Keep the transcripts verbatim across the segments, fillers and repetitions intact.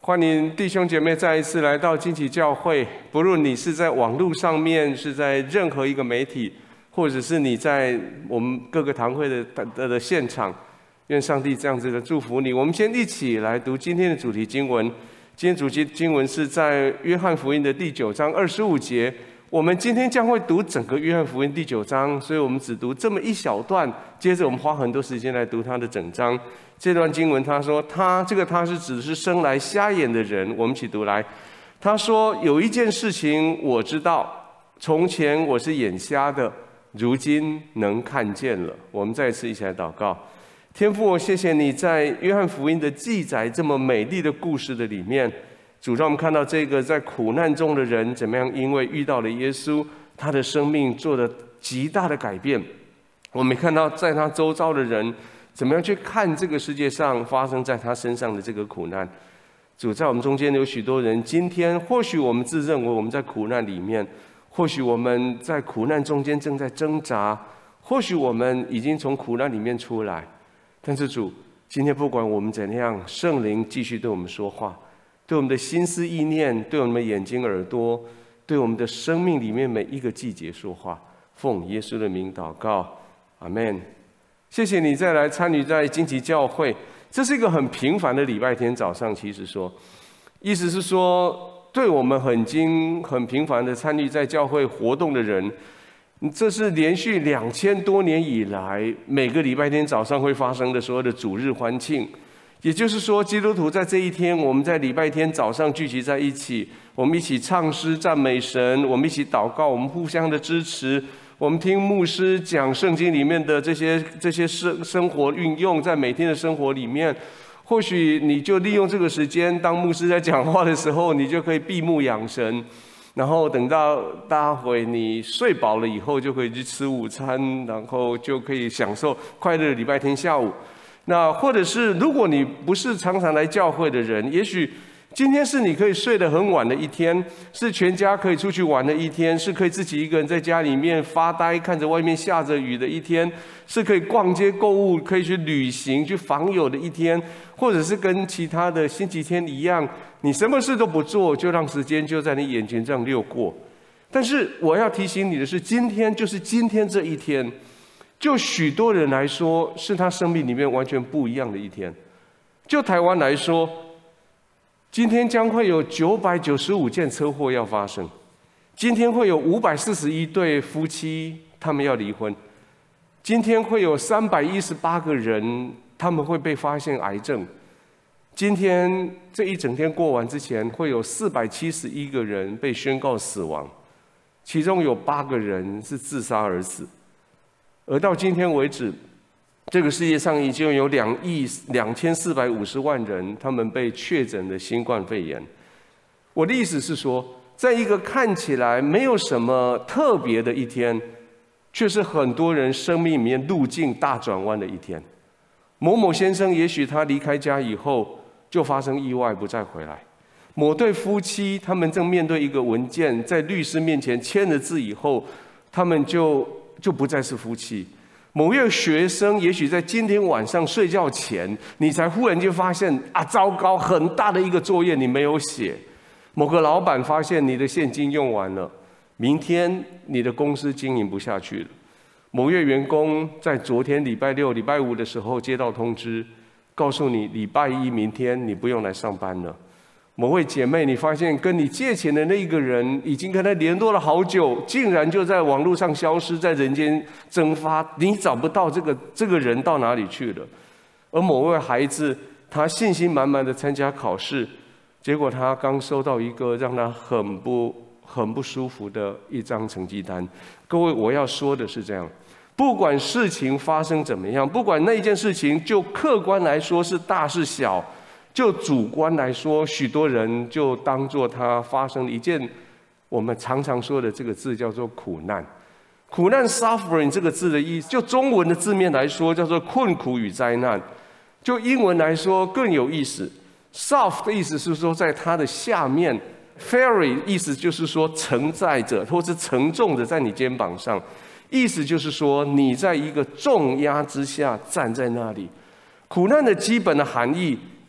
欢迎弟兄姐妹再一次来到惊奇教会。不论你是在网络上面，是在任何一个媒体，或者是你在我们各个堂会的的的现场，愿上帝这样子的祝福你。我们先一起来读今天的主题经文。今天主题经文是在约翰福音的第九章二十五节。我们今天将会读整个约翰福音第九章，所以我们只读这么一小段，接着我们花很多时间来读它的整章。这段经文他说，他这个他是指的是生来瞎眼的人。我们一起读来。他说，有一件事情我知道，从前我是眼瞎的，如今能看见了。我们再一次一起来祷告。天父，我谢谢你在约翰福音的记载这么美丽的故事的里面，主让我们看到这个在苦难中的人怎么样因为遇到了耶稣，他的生命做了极大的改变。我们看到在他周遭的人怎么样去看这个世界上发生在他身上的这个苦难。主，在我们中间有许多人，今天或许我们自认为我们在苦难里面，或许我们在苦难中间正在挣扎，或许我们已经从苦难里面出来。但是主，今天不管我们怎样，圣灵继续对我们说话，对我们的心思意念，对我们的眼睛耳朵，对我们的生命里面每一个季节说话。奉耶稣的名祷告，阿们。谢谢你再来参与在惊奇教会。这是一个很平凡的礼拜天早上，其实说意思是说，对我们很经很平凡的参与在教会活动的人，这是连续两千多年以来每个礼拜天早上会发生的所有的主日欢庆。也就是说，基督徒在这一天，我们在礼拜天早上聚集在一起，我们一起唱诗赞美神，我们一起祷告，我们互相的支持，我们听牧师讲圣经里面的这些这些生生活运用，在每天的生活里面，或许你就利用这个时间，当牧师在讲话的时候，你就可以闭目养神，然后等到待会你睡饱了以后，就可以去吃午餐，然后就可以享受快乐的礼拜天下午。那或者是如果你不是常常来教会的人，也许今天是你可以睡得很晚的一天，是全家可以出去玩的一天，是可以自己一个人在家里面发呆，看着外面下着雨的一天，是可以逛街购物，可以去旅行去访友的一天，或者是跟其他的星期天一样，你什么事都不做，就让时间就在你眼前这样溜过。但是我要提醒你的是，今天就是今天这一天，就许多人来说，是他生命里面完全不一样的一天。就台湾来说，今天将会有九百九十五件车祸要发生，今天会有五百四十一对夫妻他们要离婚，今天会有三百一十八个人他们会被发现癌症，今天这一整天过完之前，会有四百七十一个人被宣告死亡，其中有八个人是自杀而死。而到今天为止，这个世界上已经有两亿两千四百五十万人，他们被确诊了新冠肺炎。我的意思是说，在一个看起来没有什么特别的一天，却是很多人生命里面路径大转弯的一天。某某先生，也许他离开家以后就发生意外，不再回来。某对夫妻，他们正面对一个文件，在律师面前签了字以后，他们就就不再是夫妻。某位学生，也许在今天晚上睡觉前，你才忽然间发现啊，糟糕，很大的一个作业你没有写。某个老板发现你的现金用完了，明天你的公司经营不下去了。某位员工在昨天礼拜六、礼拜五的时候接到通知，告诉你礼拜一明天你不用来上班了。某位姐妹，你发现跟你借钱的那一个人已经跟他联络了好久，竟然就在网络上消失，在人间蒸发，你找不到这个这个人到哪里去了。而某位孩子，他信心满满的参加考试，结果他刚收到一个让他很不很不舒服的一张成绩单。各位，我要说的是这样，不管事情发生怎么样，不管那件事情就客观来说是大是小，就主观来说，许多人就当作它发生了一件我们常常说的这个字叫做苦难。苦难 suffering 这个字的意思，就中文的字面来说叫做困苦与灾难，就英文来说更有意思。soft 的意思是说在它的下面， ferry 意思就是说承载着或是承重着在你肩膀上，意思就是说你在一个重压之下站在那里。苦难的基本的含义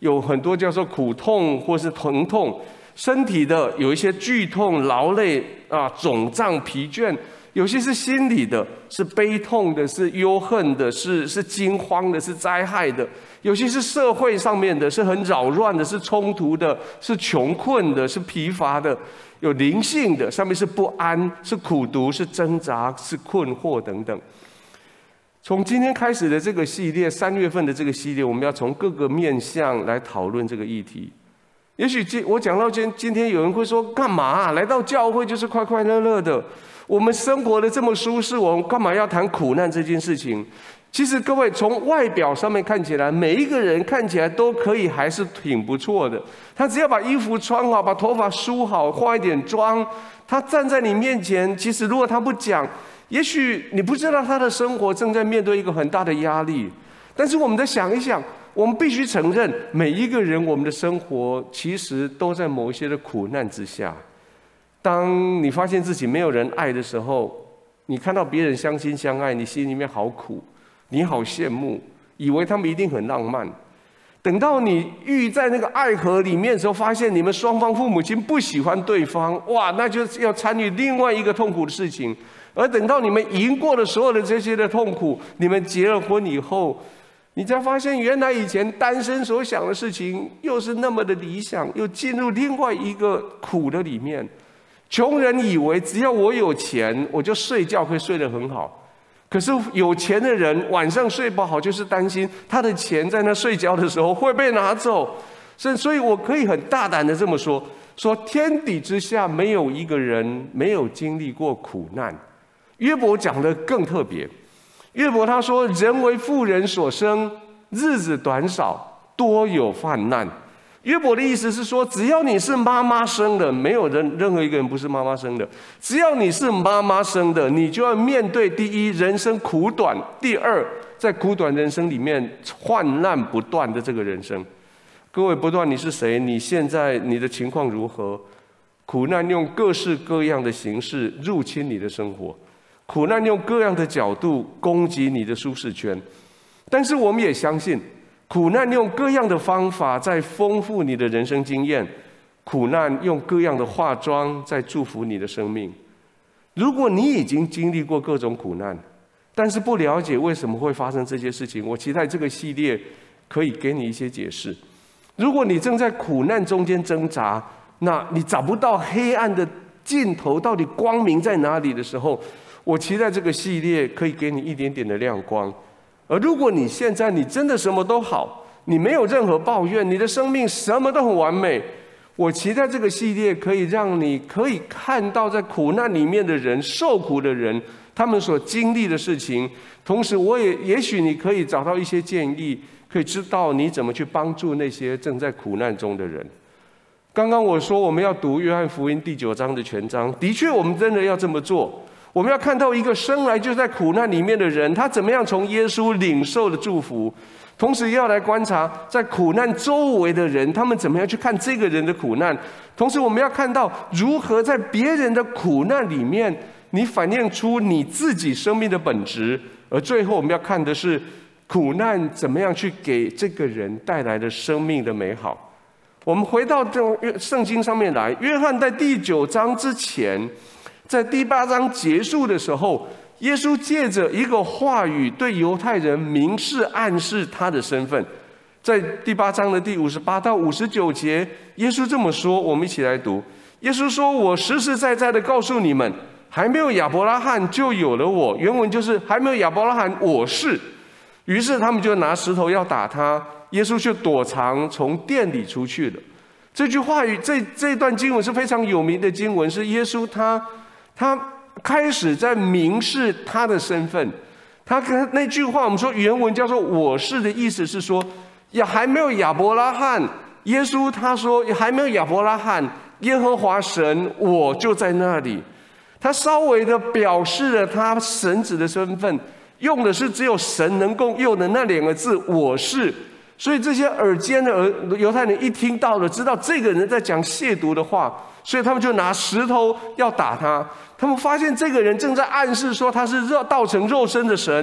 有很多叫做苦痛或是疼痛，身体的有一些剧痛、劳累啊、肿胀、疲倦；有些是心理的，是悲痛的，是忧恨的，是是惊慌的，是灾害的；有些是社会上面的，是很扰乱的，是冲突的，是穷困的，是疲乏的；有灵性的，上面是不安，是苦毒，是挣扎，是困惑等等。从今天开始的这个系列，三月份的这个系列，我们要从各个面向来讨论这个议题。也许今我讲到今今天，有人会说：干嘛啊？来到教会就是快快乐乐的，我们生活的这么舒适，我们干嘛要谈苦难这件事情？其实各位，从外表上面看起来，每一个人看起来都可以还是挺不错的。他只要把衣服穿好，把头发梳好，化一点妆，他站在你面前，其实如果他不讲，也许你不知道他的生活正在面对一个很大的压力。但是我们再想一想，我们必须承认，每一个人我们的生活其实都在某一些的苦难之下。当你发现自己没有人爱的时候，你看到别人相亲相爱，你心里面好苦，你好羡慕，以为他们一定很浪漫。等到你遇在那个爱河里面的时候，发现你们双方父母亲不喜欢对方，哇，那就是要参与另外一个痛苦的事情。而等到你们赢过了所有的这些的痛苦，你们结了婚以后，你才发现原来以前单身所想的事情又是那么的理想，又进入另外一个苦的里面。穷人以为只要我有钱，我就睡觉会睡得很好。可是有钱的人晚上睡不好，就是担心他的钱在那睡觉的时候会被拿走。所以我可以很大胆的这么说，说天底之下没有一个人没有经历过苦难。约伯讲的更特别，约伯他说：人为妇人所生，日子短少，多有患难。约伯的意思是说，只要你是妈妈生的，没有人任何一个人不是妈妈生的，只要你是妈妈生的，你就要面对第一，人生苦短；第二，在苦短人生里面患难不断的这个人生。各位，不论你是谁，你现在你的情况如何，苦难用各式各样的形式入侵你的生活，苦难用各样的角度攻击你的舒适圈。但是我们也相信，苦难用各样的方法在丰富你的人生经验，苦难用各样的化妆在祝福你的生命。如果你已经经历过各种苦难，但是不了解为什么会发生这些事情，我期待这个系列可以给你一些解释。如果你正在苦难中间挣扎，那你找不到黑暗的尽头，到底光明在哪里的时候，我期待这个系列可以给你一点点的亮光。而如果你现在你真的什么都好，你没有任何抱怨，你的生命什么都很完美，我期待这个系列可以让你可以看到在苦难里面的人，受苦的人，他们所经历的事情。同时我也也许你可以找到一些建议，可以知道你怎么去帮助那些正在苦难中的人。刚刚我说我们要读约翰福音第九章的全章，的确我们真的要这么做。我们要看到一个生来就在苦难里面的人，他怎么样从耶稣领受的祝福，同时要来观察在苦难周围的人，他们怎么样去看这个人的苦难。同时我们要看到如何在别人的苦难里面，你反映出你自己生命的本质。而最后我们要看的是苦难怎么样去给这个人带来的生命的美好。我们回到这圣经上面来，约翰在第九章之前，在第八章结束的时候，耶稣借着一个话语对犹太人明示暗示他的身份。在第八章的第五十八到五十九节，耶稣这么说，我们一起来读。耶稣说：我实实在在的告诉你们，还没有亚伯拉罕就有了我。原文就是还没有亚伯拉罕，我是。于是他们就拿石头要打他，耶稣就躲藏，从店里出去了。这句话语，这这段经文是非常有名的经文，是耶稣他他开始在明示他的身份。他跟那句话，我们说原文叫做我是的意思是说，也还没有亚伯拉罕，耶稣他说还没有亚伯拉罕，耶和华神我就在那里。他稍微的表示了他神子的身份，用的是只有神能够用的那两个字我是。所以这些耳尖的犹太人一听到了，知道这个人在讲亵渎的话，所以他们就拿石头要打他。他们发现这个人正在暗示说他是道成肉身的神，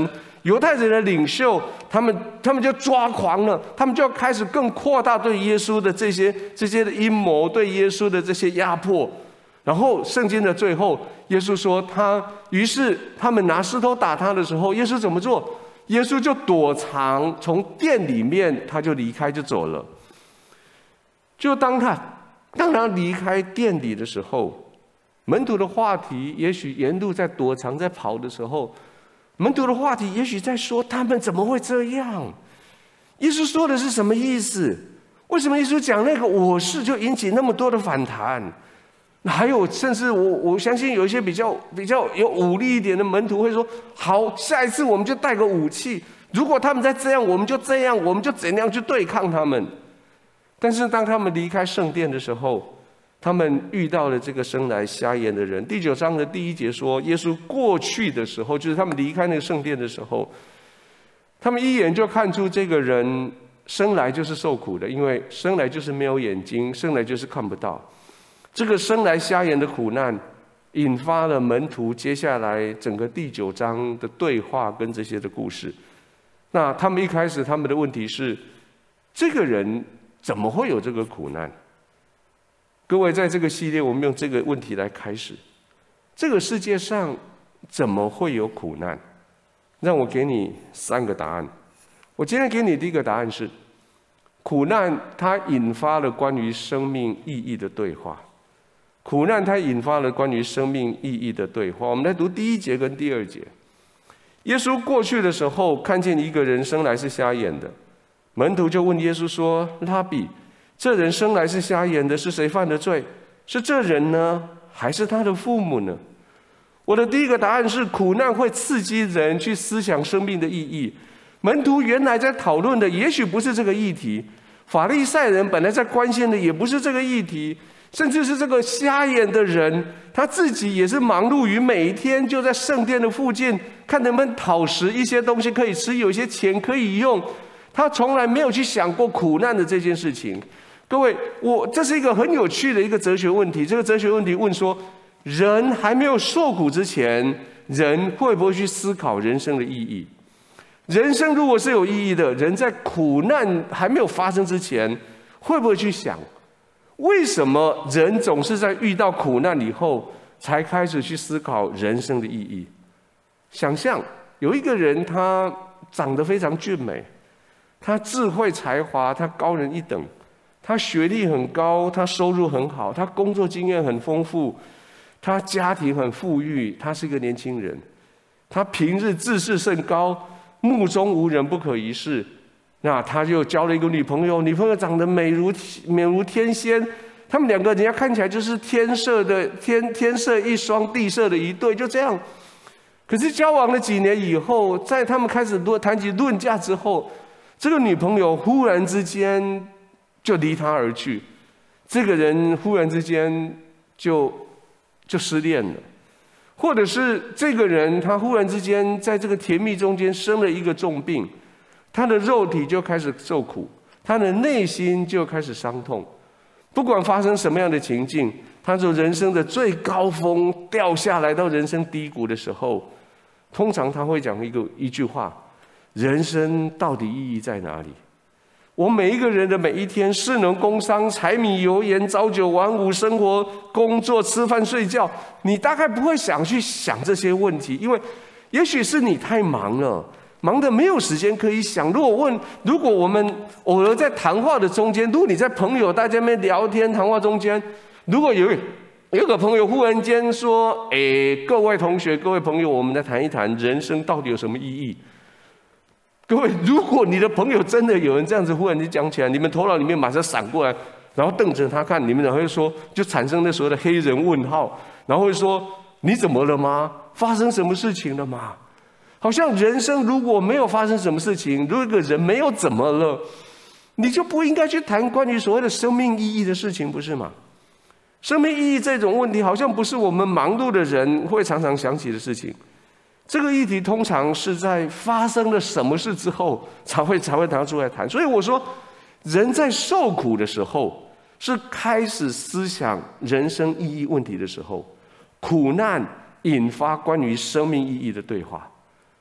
犹太人的领袖，他们他们就抓狂了，他们就开始更扩大对耶稣的这些这些的阴谋，对耶稣的这些压迫。然后圣经的最后，耶稣说他，于是他们拿石头打他的时候，耶稣怎么做？耶稣就躲藏，从店里面他就离开就走了。就当他当他离开店里的时候，门徒的话题也许沿路在躲藏在跑的时候，门徒的话题也许在说他们怎么会这样？耶稣说的是什么意思？为什么耶稣讲那个我是就引起那么多的反弹？还有，甚至我我相信有一些比较比较有武力一点的门徒会说：好，下一次我们就带个武器，如果他们再这样，我们就这样，我们就怎样去对抗他们。但是当他们离开圣殿的时候，他们遇到了这个生来瞎眼的人。第九章的第一节说，耶稣过去的时候，就是他们离开那个圣殿的时候，他们一眼就看出这个人生来就是受苦的，因为生来就是没有眼睛，生来就是看不到。这个生来瞎眼的苦难，引发了门徒接下来整个第九章的对话跟这些的故事。那他们一开始他们的问题是，这个人怎么会有这个苦难？各位，在这个系列，我们用这个问题来开始：这个世界上怎么会有苦难？让我给你三个答案。我今天给你第一个答案是，苦难它引发了关于生命意义的对话。苦难它引发了关于生命意义的对话。我们来读第一节跟第二节。耶稣过去的时候，看见一个人生来是瞎眼的，门徒就问耶稣说：拉比，这人生来是瞎眼的，是谁犯的罪？是这人呢，还是他的父母呢？我的第一个答案是，苦难会刺激人去思想生命的意义。门徒原来在讨论的也许不是这个议题，法利赛人本来在关心的也不是这个议题，甚至是这个瞎眼的人，他自己也是忙碌于每一天就在圣殿的附近，看能不能讨食一些东西可以吃，有一些钱可以用。他从来没有去想过苦难的这件事情。各位，我这是一个很有趣的一个哲学问题。这个哲学问题问说，人还没有受苦之前，人会不会去思考人生的意义？人生如果是有意义的，人在苦难还没有发生之前，会不会去想？为什么人总是在遇到苦难以后才开始去思考人生的意义？想象有一个人，他长得非常俊美，他智慧才华，他高人一等，他学历很高，他收入很好，他工作经验很丰富，他家庭很富裕，他是一个年轻人，他平日自视甚高，目中无人，不可一世。那他就交了一个女朋友，女朋友长得美如美如天仙，他们两个人家看起来就是天设的天天设一双，地设的一对，就这样。可是交往了几年以后，在他们开始谈起论嫁之后，这个女朋友忽然之间就离他而去，这个人忽然之间就就失恋了，或者是这个人他忽然之间在这个甜蜜中间生了一个重病。他的肉体就开始受苦，他的内心就开始伤痛。不管发生什么样的情境，他从人生的最高峰掉下来到人生低谷的时候，通常他会讲一个一句话：人生到底意义在哪里？我每一个人的每一天，士农工商，柴米油盐，朝九晚五，生活、工作、吃饭、睡觉，你大概不会想去想这些问题，因为也许是你太忙了。忙得没有时间可以想。如果问，如果我们偶尔在谈话的中间，如果你在朋友大家们聊天谈话中间，如果有有个朋友忽然间说：“哎，各位同学，各位朋友，我们来谈一谈人生到底有什么意义？”各位，如果你的朋友真的有人这样子忽然间讲起来，你们头脑里面马上闪过来，然后瞪着他看，你们然后会说，就产生那所谓的黑人问号，然后会说：“你怎么了吗？发生什么事情了吗？”好像人生如果没有发生什么事情，如果一个人没有怎么了，你就不应该去谈关于所谓的生命意义的事情，不是吗？生命意义这种问题，好像不是我们忙碌的人会常常想起的事情。这个议题通常是在发生了什么事之后，才会才会拿出来谈。所以我说，人在受苦的时候，是开始思想人生意义问题的时候，苦难引发关于生命意义的对话。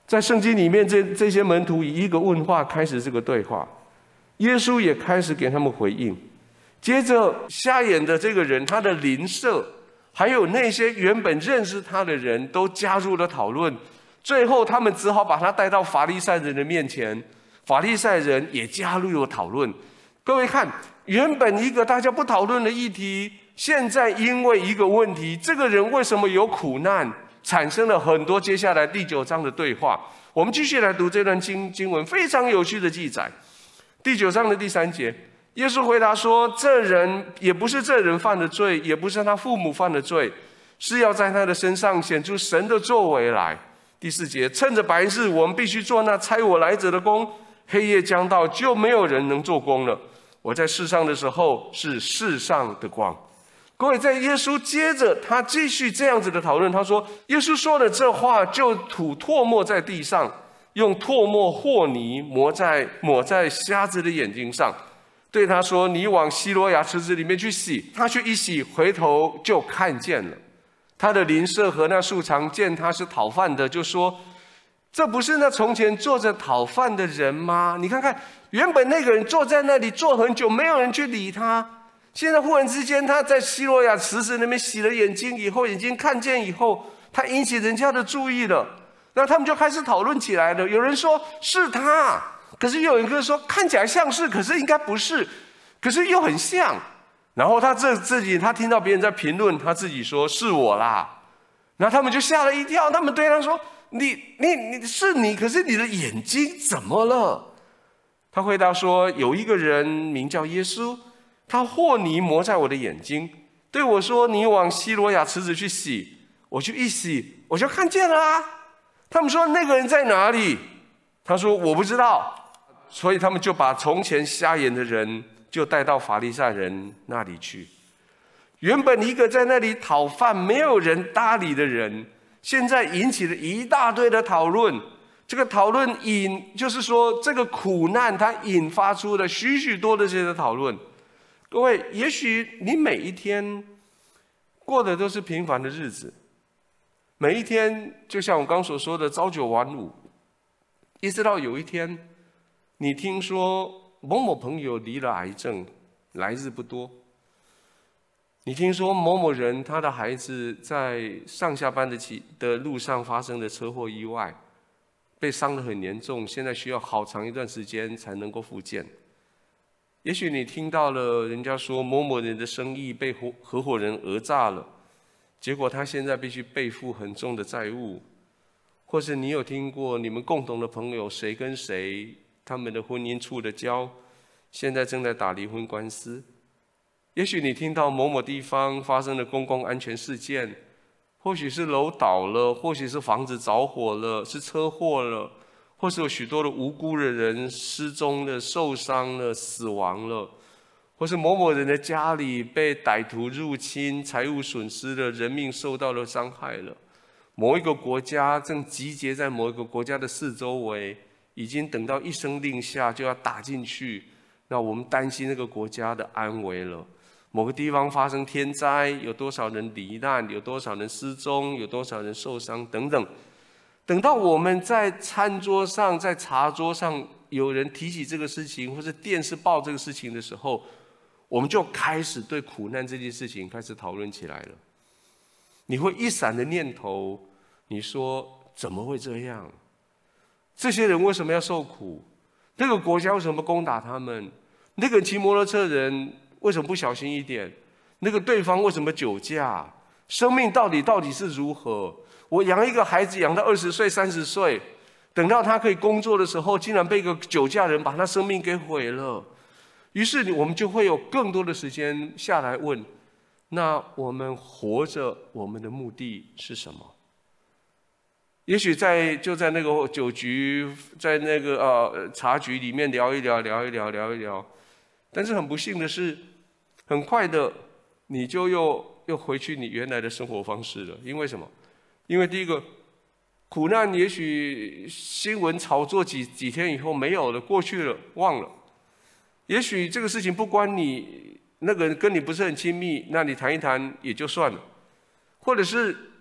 在圣经里面，这这些门徒以一个问话开始这个对话，耶稣也开始给他们回应。接着，瞎眼的这个人，他的邻舍，还有那些原本认识他的人都加入了讨论。最后，他们只好把他带到法利赛人的面前，法利赛人也加入了讨论。各位看，原本一个大家不讨论的议题，现在因为一个问题，这个人为什么有苦难，产生了很多接下来第九章的对话。我们继续来读这段经经文，非常有趣的记载。第九章的第三节，耶稣回答说：“这人也不是这人犯的罪，也不是他父母犯的罪，是要在他的身上显出神的作为来。”第四节，趁着白日，我们必须做那差我来者的工；黑夜将到，就没有人能做工了。我在世上的时候，是世上的光。各位，在耶稣接着他继续这样子的讨论，他说：“耶稣说的这话，就吐唾沫在地上，用唾沫和泥抹在抹在瞎子的眼睛上，对他说：你往西罗亚池子里面去洗。他去一洗，回头就看见了。他的邻舍和那素常见他是讨饭的，就说：这不是那从前坐着讨饭的人吗？你看看，原本那个人坐在那里坐很久，没有人去理他。现在忽然之间，他在西罗亚池子那边洗了眼睛以后，眼睛看见以后，他引起人家的注意了。那他们就开始讨论起来了。有人说是他，可是又有一个说看起来像是，可是应该不是，可是又很像。然后他这自己，他听到别人在评论，他自己说是我啦。然后他们就吓了一跳，他们对他说：你你你是你，可是你的眼睛怎么了？他回答说：有一个人名叫耶稣，他和泥抹在我的眼睛，对我说：你往西罗亚池子去洗。我去一洗，我就看见了啊。他们说那个人在哪里？他说我不知道。所以他们就把从前瞎眼的人就带到法利赛人那里去。原本一个在那里讨饭没有人搭理的人，现在引起了一大堆的讨论。这个讨论引就是说，这个苦难它引发出了许许多的这些讨论。各位，也许你每一天过的都是平凡的日子，每一天就像我刚所说的朝九晚五，一直到有一天你听说某某朋友离了癌症，来日不多。你听说某某人他的孩子在上下班的起的路上发生了车祸意外，被伤得很严重，现在需要好长一段时间才能够复健。也许你听到了人家说某某人的生意被合伙人讹诈了，结果他现在必须背负很重的债务。或是你有听过你们共同的朋友谁跟谁他们的婚姻处了交，现在正在打离婚官司。也许你听到某某地方发生了公共安全事件，或许是楼倒了，或许是房子着火了，是车祸了，或是有许多的无辜的人失踪了、受伤了、死亡了，或是某某人的家里被歹徒入侵，财物损失了，人命受到了伤害了。某一个国家正集结在某一个国家的四周围，已经等到一声令下就要打进去，那我们担心那个国家的安危了。某个地方发生天灾，有多少人罹难，有多少人失踪，有多少人受伤等等。等到我们在餐桌上，在茶桌上有人提起这个事情，或是电视报这个事情的时候，我们就开始对苦难这件事情开始讨论起来了。你会一闪的念头，你说怎么会这样？这些人为什么要受苦？那个国家为什么攻打他们？那个骑摩托车的人为什么不小心一点？那个对方为什么酒驾？生命到底到底是如何？我养一个孩子养到二十岁、三十岁，等到他可以工作的时候，竟然被一个酒驾人把他生命给毁了。于是我们就会有更多的时间下来问：那我们活着，我们的目的是什么？也许在就在那个酒局，在那个呃茶局里面聊一聊，聊一聊，聊一聊。但是很不幸的是，很快的你就又又回去你原来的生活方式了。因为什么？因为第一个，苦难也许新闻炒作几几天以后没有了，过去了，忘了。也许这个事情不关你，那个人跟你不是很亲密，那你谈一谈也就算了。或者是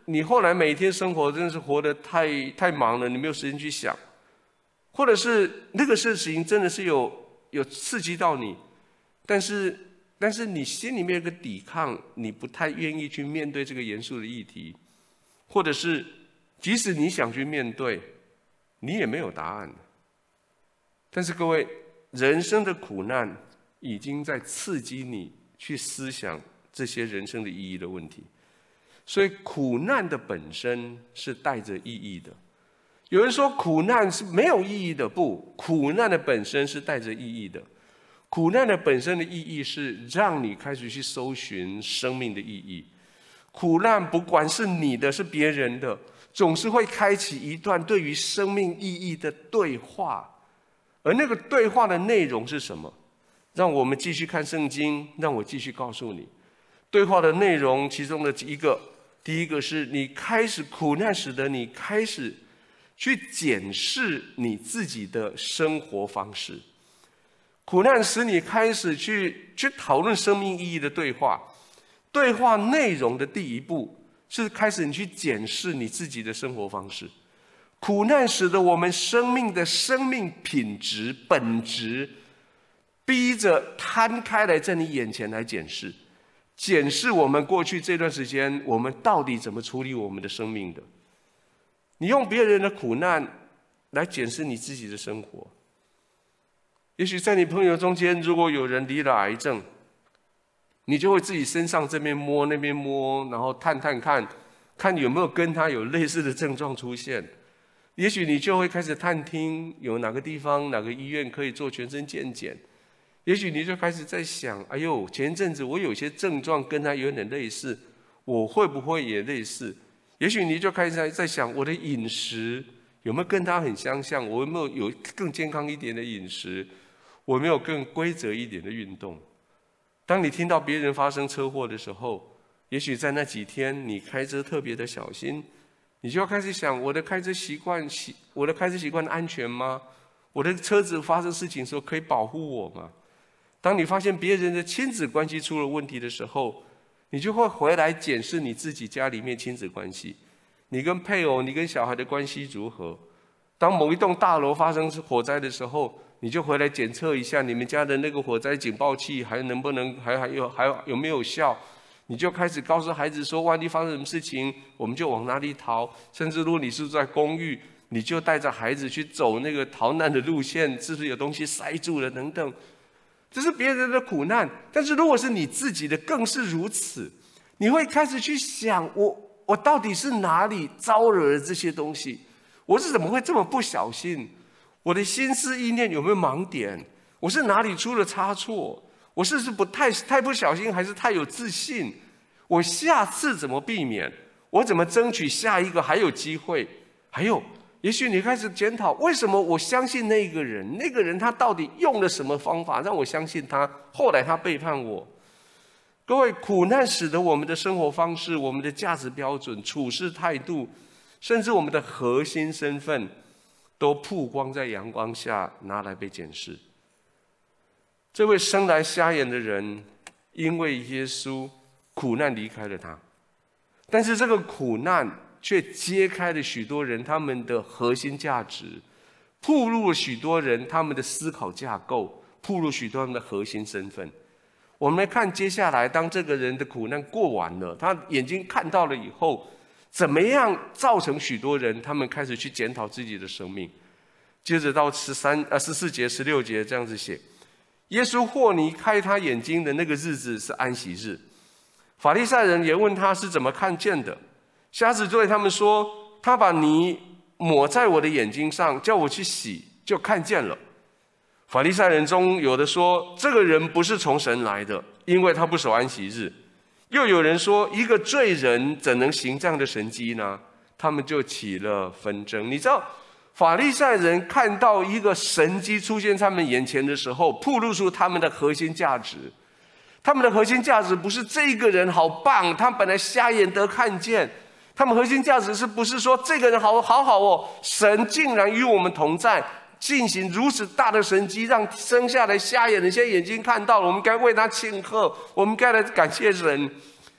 你后来每天生活真的是活得太太忙了，你没有时间去想，或者是那个事情真的是有有刺激到你，但是但是你心里面有个抵抗，你不太愿意去面对这个严肃的议题，或者是即使你想去面对，你也没有答案。但是各位，人生的苦难已经在刺激你去思想这些人生的意义的问题。所以苦难的本身是带着意义的。有人说苦难是没有意义的，不，苦难的本身是带着意义的。苦难的本身的意义是让你开始去搜寻生命的意义。苦难不管是你的是别人的，总是会开启一段对于生命意义的对话。而那个对话的内容是什么？让我们继续看圣经，让我继续告诉你。对话的内容其中的一个，第一个是你开始苦难使得你开始去检视你自己的生活方式。苦难使你开始去去讨论生命意义的对话。对话内容的第一步是开始你去检视你自己的生活方式。苦难使得我们生命的生命品质本质逼着摊开来在你眼前来检视，检视我们过去这段时间我们到底怎么处理我们的生命的。你用别人的苦难来检视你自己的生活。也许在你朋友中间，如果有人罹了癌症，你就会自己身上这边摸那边摸，然后探探看看有没有跟他有类似的症状出现。也许你就会开始探听有哪个地方哪个医院可以做全身健检。也许你就开始在想，哎呦，前一阵子我有些症状跟他有点类似，我会不会也类似？也许你就开始在想，我的饮食有没有跟他很相像？我有没有有更健康一点的饮食？我有没有更规则一点的运动？当你听到别人发生车祸的时候，也许在那几天你开车特别的小心，你就要开始想，我的开车习惯，我的开车习惯安全吗？我的车子发生事情的时候可以保护我吗？当你发现别人的亲子关系出了问题的时候，你就会回来检视你自己家里面亲子关系，你跟配偶、你跟小孩的关系如何？当某一栋大楼发生火灾的时候，你就回来检测一下你们家的那个火灾警报器还能不能还还有还有没有效？你就开始告诉孩子说，万一发生什么事情，我们就往哪里逃。甚至如果你是住在公寓，你就带着孩子去走那个逃难的路线，是不是有东西塞住了等等。这是别人的苦难，但是如果是你自己的更是如此。你会开始去想，我我到底是哪里招惹了这些东西？我是怎么会这么不小心？我的心思意念有没有盲点？我是哪里出了差错？我是不是不太太不小心，还是太有自信？我下次怎么避免？我怎么争取下一个还有机会？还有，也许你开始检讨，为什么我相信那个人？那个人他到底用了什么方法让我相信他？后来他背叛我。各位，苦难使得我们的生活方式、我们的价值标准、处事态度，甚至我们的核心身份，都曝光在阳光下，拿来被检视。这位生来瞎眼的人，因为耶稣苦难离开了他，但是这个苦难却揭开了许多人他们的核心价值，暴露了许多人他们的思考架构，暴露许多人的核心身份。我们来看接下来，当这个人的苦难过完了，他眼睛看到了以后，怎么样造成许多人他们开始去检讨自己的生命。接着到十三啊十四节、十六节这样子写。耶稣和泥开他眼睛的那个日子是安息日，法利赛人也问他是怎么看见的。瞎子对他们说，他把泥抹在我的眼睛上，叫我去洗，就看见了。法利赛人中有的说，这个人不是从神来的，因为他不守安息日。又有人说，一个罪人怎能行这样的神迹呢？他们就起了纷争。你知道法利赛人看到一个神迹出现在他们眼前的时候，暴露出他们的核心价值。他们的核心价值不是这个人好棒，他本来瞎眼得看见。他们核心价值是不是说这个人好好好哦，神竟然与我们同在，进行如此大的神迹，让生下来瞎眼的现在眼睛看到了，我们该为他庆贺，我们该来感谢神。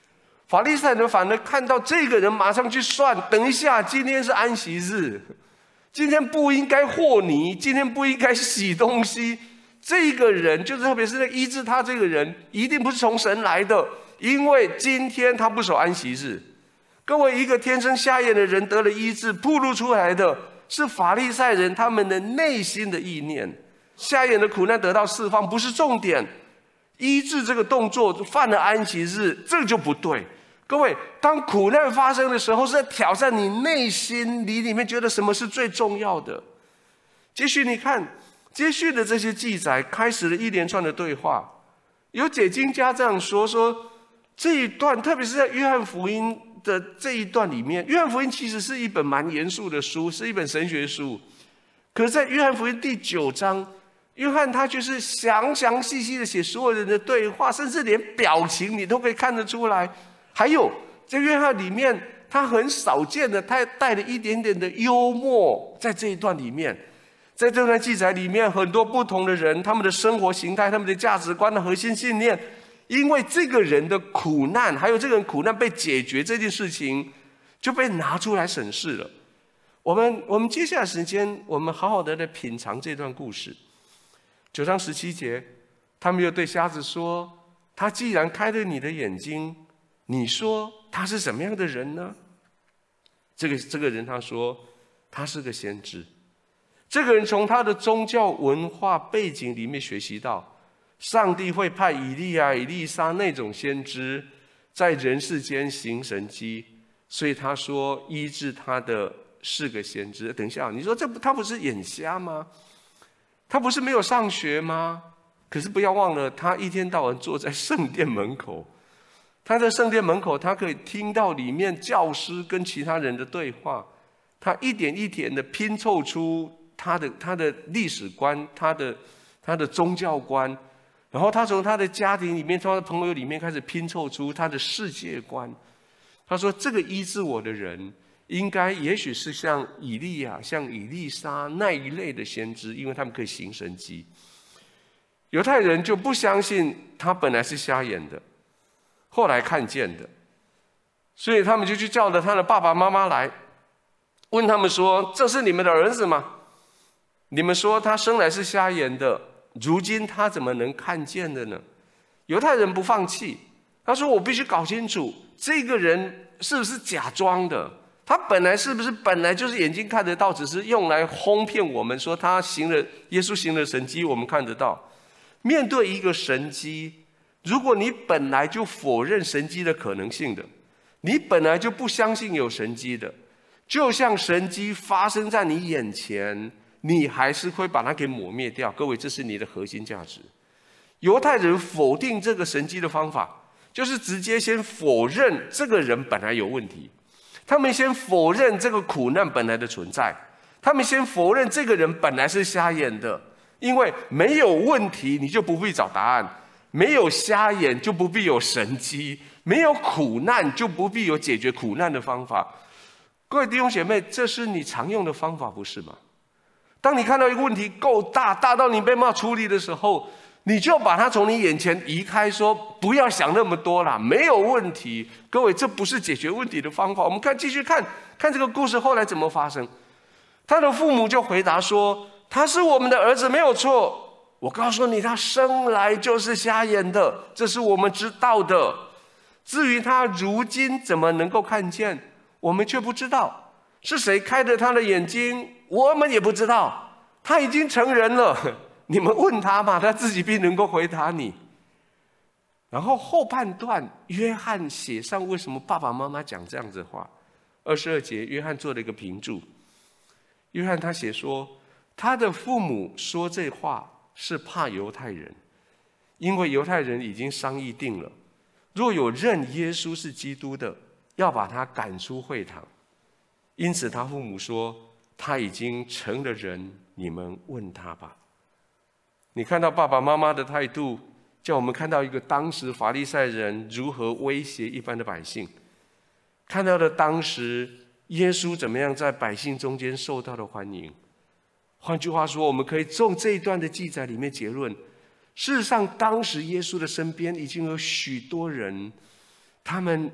法利赛人反而看到这个人，马上去算，等一下，今天是安息日，今天不应该和泥，今天不应该洗东西。这个人就是特别是那医治他这个人，一定不是从神来的，因为今天他不守安息日。各位，一个天生瞎眼的人得了医治，暴露出来的是法利赛人他们的内心的意念。瞎眼的苦难得到释放不是重点，医治这个动作犯了安息日，这就不对。各位，当苦难发生的时候，是在挑战你内心，你里面觉得什么是最重要的。继续你看，接续的这些记载开始了一连串的对话。有解经家这样说：说这一段，特别是在约翰福音的这一段里面，约翰福音其实是一本蛮严肃的书，是一本神学书。可是在约翰福音第九章，约翰他就是详详细细的写所有人的对话，甚至连表情你都可以看得出来。还有在约翰里面，他很少见的，他带了一点点的幽默在这一段里面。在这段记载里面，很多不同的人，他们的生活形态、他们的价值观的核心信念，因为这个人的苦难，还有这个人苦难被解决这件事情，就被拿出来审视了。我们我们接下来时间，我们好好的来品尝这段故事。九章十七节，他们又对瞎子说：“他既然开了你的眼睛，你说他是什么样的人呢？”这个这个人他说他是个先知。这个人从他的宗教文化背景里面学习到，上帝会派以利亚、以利沙那种先知在人世间行神迹，所以他说医治他的是个先知。等一下，你说这不他不是眼瞎吗？他不是没有上学吗？可是不要忘了，他一天到晚坐在圣殿门口，他在圣殿门口，他可以听到里面教师跟其他人的对话，他一点一点的拼凑出他的他的历史观，他的他的宗教观，然后他从他的家庭里面，从他的朋友里面开始拼凑出他的世界观。他说：“这个医治我的人，应该也许是像以利亚、像以利沙那一类的先知，因为他们可以行神迹。”犹太人就不相信他本来是瞎眼的，后来看见的，所以他们就去叫了他的爸爸妈妈来，问他们说：“这是你们的儿子吗？你们说他生来是瞎眼的，如今他怎么能看见的呢？”犹太人不放弃，他说：“我必须搞清楚这个人是不是假装的，他本来是不是本来就是眼睛看得到，只是用来哄骗我们说他行了耶稣行了神迹，我们看得到。”面对一个神迹，如果你本来就否认神迹的可能性的，你本来就不相信有神迹的，就像神迹发生在你眼前，你还是会把它给抹灭掉。各位，这是你的核心价值。犹太人否定这个神迹的方法，就是直接先否认这个人本来有问题，他们先否认这个苦难本来的存在，他们先否认这个人本来是瞎眼的。因为没有问题，你就不必找答案；没有瞎眼，就不必有神迹；没有苦难，就不必有解决苦难的方法。各位弟兄姐妹，这是你常用的方法，不是吗？当你看到一个问题够大，大到你没办法处理的时候，你就把它从你眼前移开，说不要想那么多啦，没有问题。各位，这不是解决问题的方法。我们看，继续看看这个故事后来怎么发生。他的父母就回答说：“他是我们的儿子，没有错。我告诉你，他生来就是瞎眼的，这是我们知道的。至于他如今怎么能够看见，我们却不知道。是谁开的他的眼睛，我们也不知道。他已经成人了，你们问他嘛，他自己必能够回答你。”然后后半段，约翰写上为什么爸爸妈妈讲这样子的话。二十二节，约翰做了一个评注。约翰他写说，他的父母说这话是怕犹太人，因为犹太人已经商议定了，若有认耶稣是基督的，要把他赶出会堂。因此他父母说，他已经成了人，你们问他吧。你看到爸爸妈妈的态度，叫我们看到一个当时法利赛人如何威胁一般的百姓，看到了当时耶稣怎么样在百姓中间受到的欢迎。换句话说，我们可以从这一段的记载里面结论，事实上当时耶稣的身边已经有许多人，他们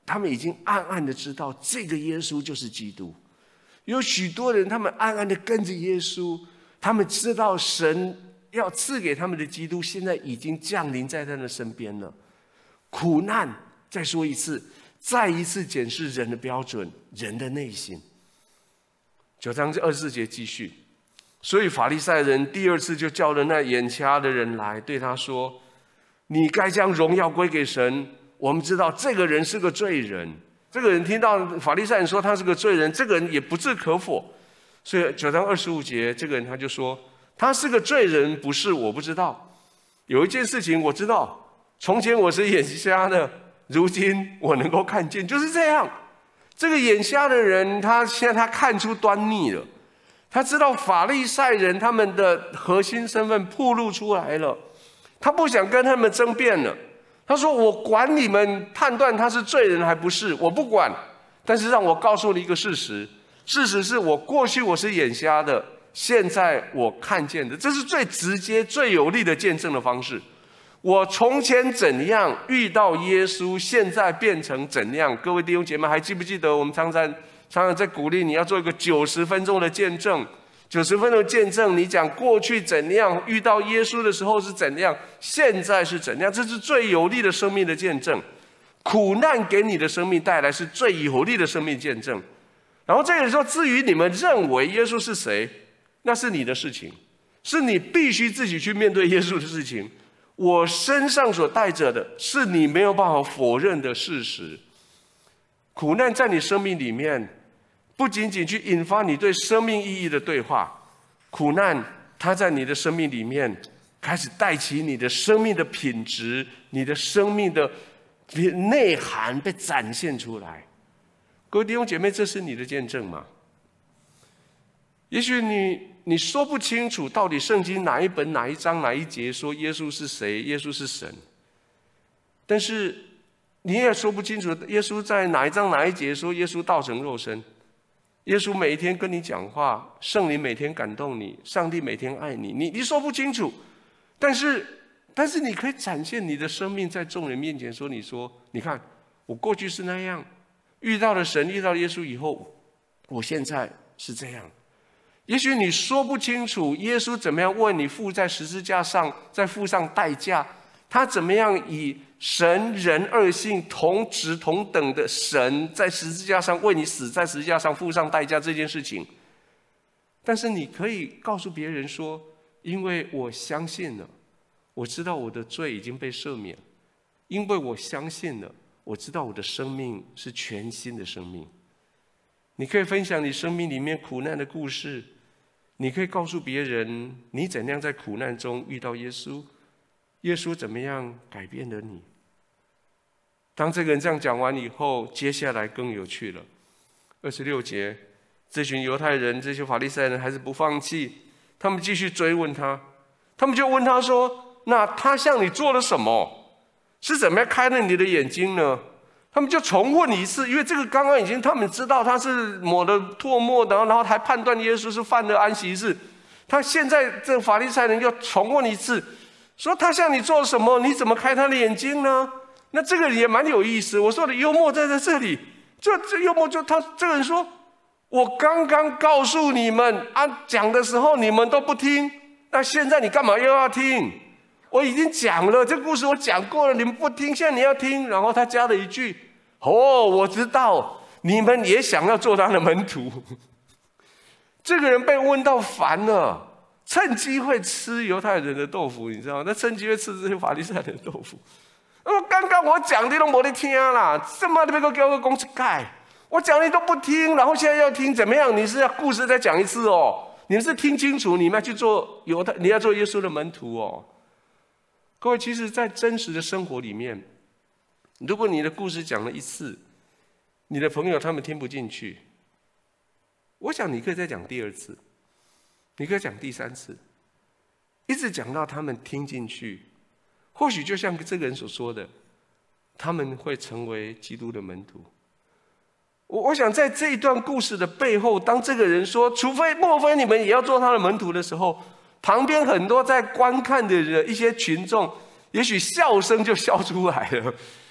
他们已经暗暗的知道这个耶稣就是基督。有许多人他们暗暗的跟着耶稣，他们知道神要赐给他们的基督现在已经降临在他们的身边了。苦难，再说一次，再一次检视人的标准，人的内心。九章二十四节继续，所以法利赛人第二次就叫了那眼瞎的人来，对他说：你该将荣耀归给神。我们知道这个人是个罪人。这个人听到法利赛人说他是个罪人，这个人也不置可否。所以九章二十五节，这个人他就说：他是个罪人，不是我不知道。有一件事情我知道，从前我是眼瞎的，如今我能够看见，就是这样。这个眼瞎的人，他现在他看出端倪了，他知道法利赛人他们的核心身份暴露出来了，他不想跟他们争辩了。他说：我管你们判断他是罪人还不是，我不管，但是让我告诉你一个事实，事实是我过去我是眼瞎的，现在我看见的，这是最直接最有力的见证的方式。我从前怎样遇到耶稣，现在变成怎样。各位弟兄姐妹还记不记得我们常常常常在鼓励你要做一个九十分钟的见证，九十分钟的见证，你讲过去怎样遇到耶稣的时候是怎样，现在是怎样，这是最有力的生命的见证。苦难给你的生命带来是最有力的生命见证。然后这个人说，至于你们认为耶稣是谁，那是你的事情，是你必须自己去面对耶稣的事情。我身上所带着的是你没有办法否认的事实。苦难在你生命里面不仅仅去引发你对生命意义的对话，苦难它在你的生命里面开始带起你的生命的品质，你的生命的内涵被展现出来。各位弟兄姐妹，这是你的见证吗？也许你你说不清楚到底圣经哪一本哪一章哪一节说耶稣是谁，耶稣是神，但是你也说不清楚耶稣在哪一章哪一节说耶稣道成肉身，耶稣每一天跟你讲话，圣灵每天感动你，上帝每天爱你，你你说不清楚，但是但是你可以展现你的生命在众人面前说，你说你看我过去是那样，遇到了神遇到了耶稣以后，我现在是这样。也许你说不清楚耶稣怎么样为你付在十字架上，再付上代价，他怎么样以神人二性同质同等的神在十字架上为你死在十字架上付上代价这件事情，但是你可以告诉别人说，因为我相信了，我知道我的罪已经被赦免，因为我相信了，我知道我的生命是全新的生命。你可以分享你生命里面苦难的故事，你可以告诉别人你怎样在苦难中遇到耶稣，耶稣怎么样改变了你。当这个人这样讲完以后，接下来更有趣了。二十六节，这群犹太人这些法利赛人还是不放弃，他们继续追问他，他们就问他说，那他向你做了什么，是怎么样开了你的眼睛呢？他们就重问一次，因为这个刚刚已经他们知道他是抹了唾沫的，然后还判断耶稣是犯了安息日。他现在这个法利赛人又重问一次，说他向你做了什么？你怎么开他的眼睛呢？那这个也蛮有意思。我说的幽默在在这里，这这幽默就他这个人说，我刚刚告诉你们啊，讲的时候你们都不听，那现在你干嘛又要听？我已经讲了，这个故事我讲过了，你们不听，现在你要听。然后他加了一句，哦，我知道你们也想要做他的门徒。这个人被问到烦了，趁机会吃犹太人的豆腐，你知道吗？他趁机会吃这些法利赛人的豆腐。哦，刚刚我讲你都没得听啦，怎么你别给我讲一盖？我讲你都不听，然后现在要听，怎么样？你是要故事再讲一次哦？你们是听清楚，你们要去做犹太，你要做耶稣的门徒哦。各位，其实在真实的生活里面，如果你的故事讲了一次，你的朋友他们听不进去，我想你可以再讲第二次，你可以讲第三次，一直讲到他们听进去。或许就像这个人所说的，他们会成为基督的门徒。我我想在这一段故事的背后，当这个人说除非莫非你们也要做他的门徒的时候，旁边很多在观看的人一些群众，也许笑声就笑出来了。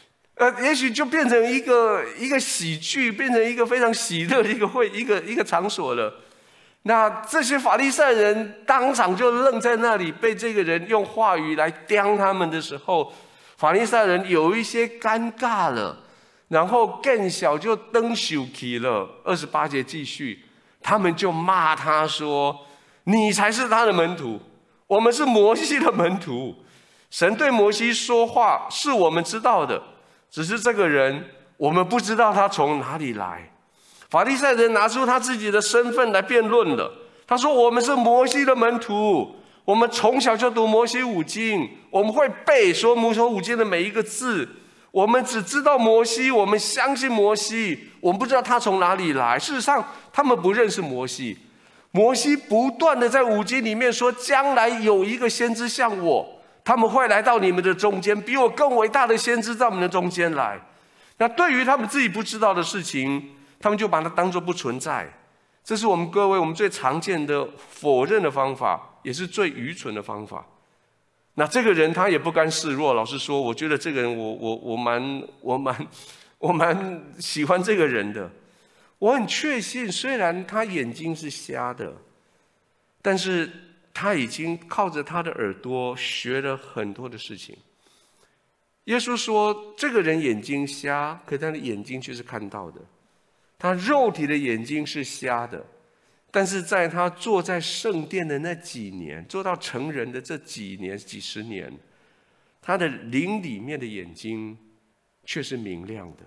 呃，也许就变成一个一个喜剧，变成一个非常喜乐的一个会一个一个场所了。那这些法利赛人当场就愣在那里，被这个人用话语来刁他们的时候，法利赛人有一些尴尬了，然后更小就登手起了。二十八节继续，他们就骂他说：“你才是他的门徒，我们是摩西的门徒。神对摩西说话是我们知道的，只是这个人我们不知道他从哪里来。”法利赛人拿出他自己的身份来辩论了。他说：“我们是摩西的门徒，我们从小就读摩西五经，我们会背说摩西五经的每一个字。我们只知道摩西，我们相信摩西，我们不知道他从哪里来。事实上，他们不认识摩西。摩西不断的在五经里面说，将来有一个先知像我，他们会来到你们的中间，比我更伟大的先知在我们的中间来。那对于他们自己不知道的事情，他们就把它当作不存在。这是我们各位我们最常见的否认的方法，也是最愚蠢的方法。那这个人他也不甘示弱，老实说，我觉得这个人我我我蛮我蛮我蛮喜欢这个人的。我很确信，虽然他眼睛是瞎的，但是他已经靠着他的耳朵学了很多的事情。耶稣说，这个人眼睛瞎，可他的眼睛却是看到的。他肉体的眼睛是瞎的，但是在他坐在圣殿的那几年，做到成人的这几年几十年，他的灵里面的眼睛却是明亮的。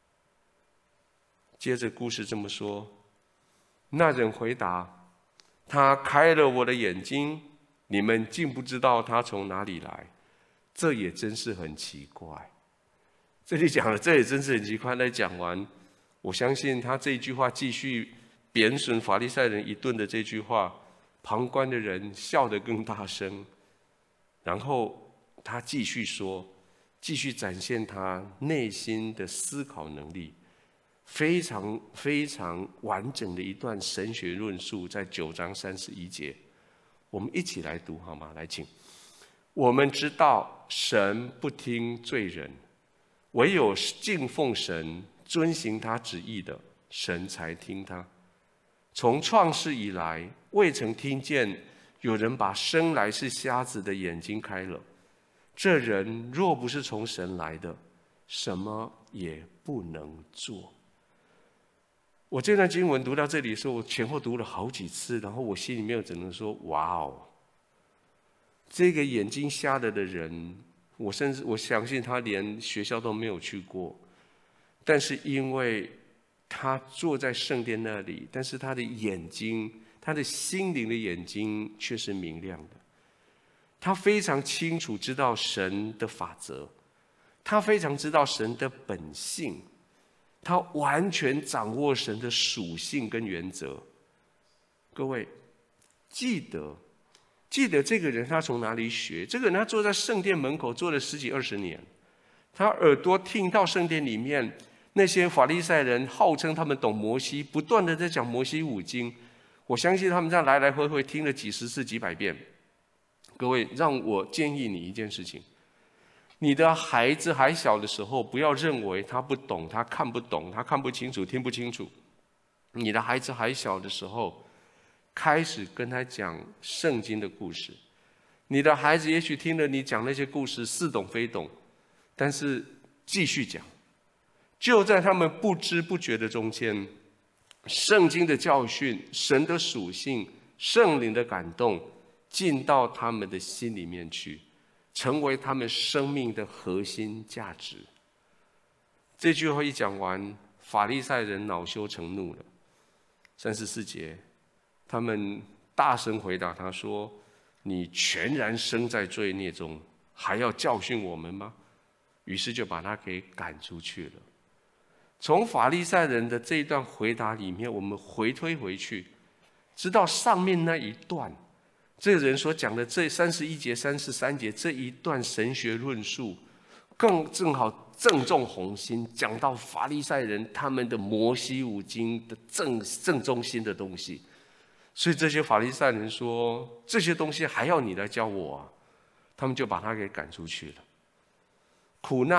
接着故事这么说，那人回答：“他开了我的眼睛，你们竟不知道他从哪里来，这也真是很奇怪。”这里讲了，这也真是很奇怪。来讲完，我相信他这一句话继续贬损法利赛人一顿的这句话，旁观的人笑得更大声。然后他继续说，继续展现他内心的思考能力，非常非常完整的一段神学论述，在九章三十一节，我们一起来读好吗？来，请。我们知道神不听罪人，唯有敬奉神、遵行他旨意的，神才听他。从创世以来，未曾听见有人把生来是瞎子的眼睛开了。这人若不是从神来的，什么也不能做。我这段经文读到这里的时候，我前后读了好几次，然后我心里面只能说：哇哦！这个眼睛瞎了的人，我甚至我相信他连学校都没有去过，但是因为他坐在圣殿那里，但是他的眼睛，他的心灵的眼睛却是明亮的。他非常清楚知道神的法则，他非常知道神的本性，他完全掌握神的属性跟原则。各位记得记得这个人他从哪里学？这个人他坐在圣殿门口坐了十几二十年，他耳朵听到圣殿里面那些法利赛人号称他们懂摩西，不断的在讲摩西五经。我相信他们这样来来回回听了几十次几百遍。各位，让我建议你一件事情，你的孩子还小的时候，不要认为他不懂，他看不懂，他看不清楚，听不清楚。你的孩子还小的时候，开始跟他讲圣经的故事。你的孩子也许听了你讲那些故事似懂非懂，但是继续讲。就在他们不知不觉的中间，圣经的教训、神的属性、圣灵的感动进到他们的心里面去，成为他们生命的核心价值。这句话一讲完，法利赛人恼羞成怒了。三十四节，他们大声回答他说：“你全然生在罪孽中，还要教训我们吗？”于是就把他给赶出去了。从法利赛人的这一段回答里面，我们回推回去，知道上面那一段，这个人所讲的这三十一节、三十三节这一段神学论述，更正好正中红心，讲到法利赛人他们的摩西五经的正正中心的东西。所以这些法利赛人说，这些东西还要你来教我啊？他们就把他给赶出去了。苦难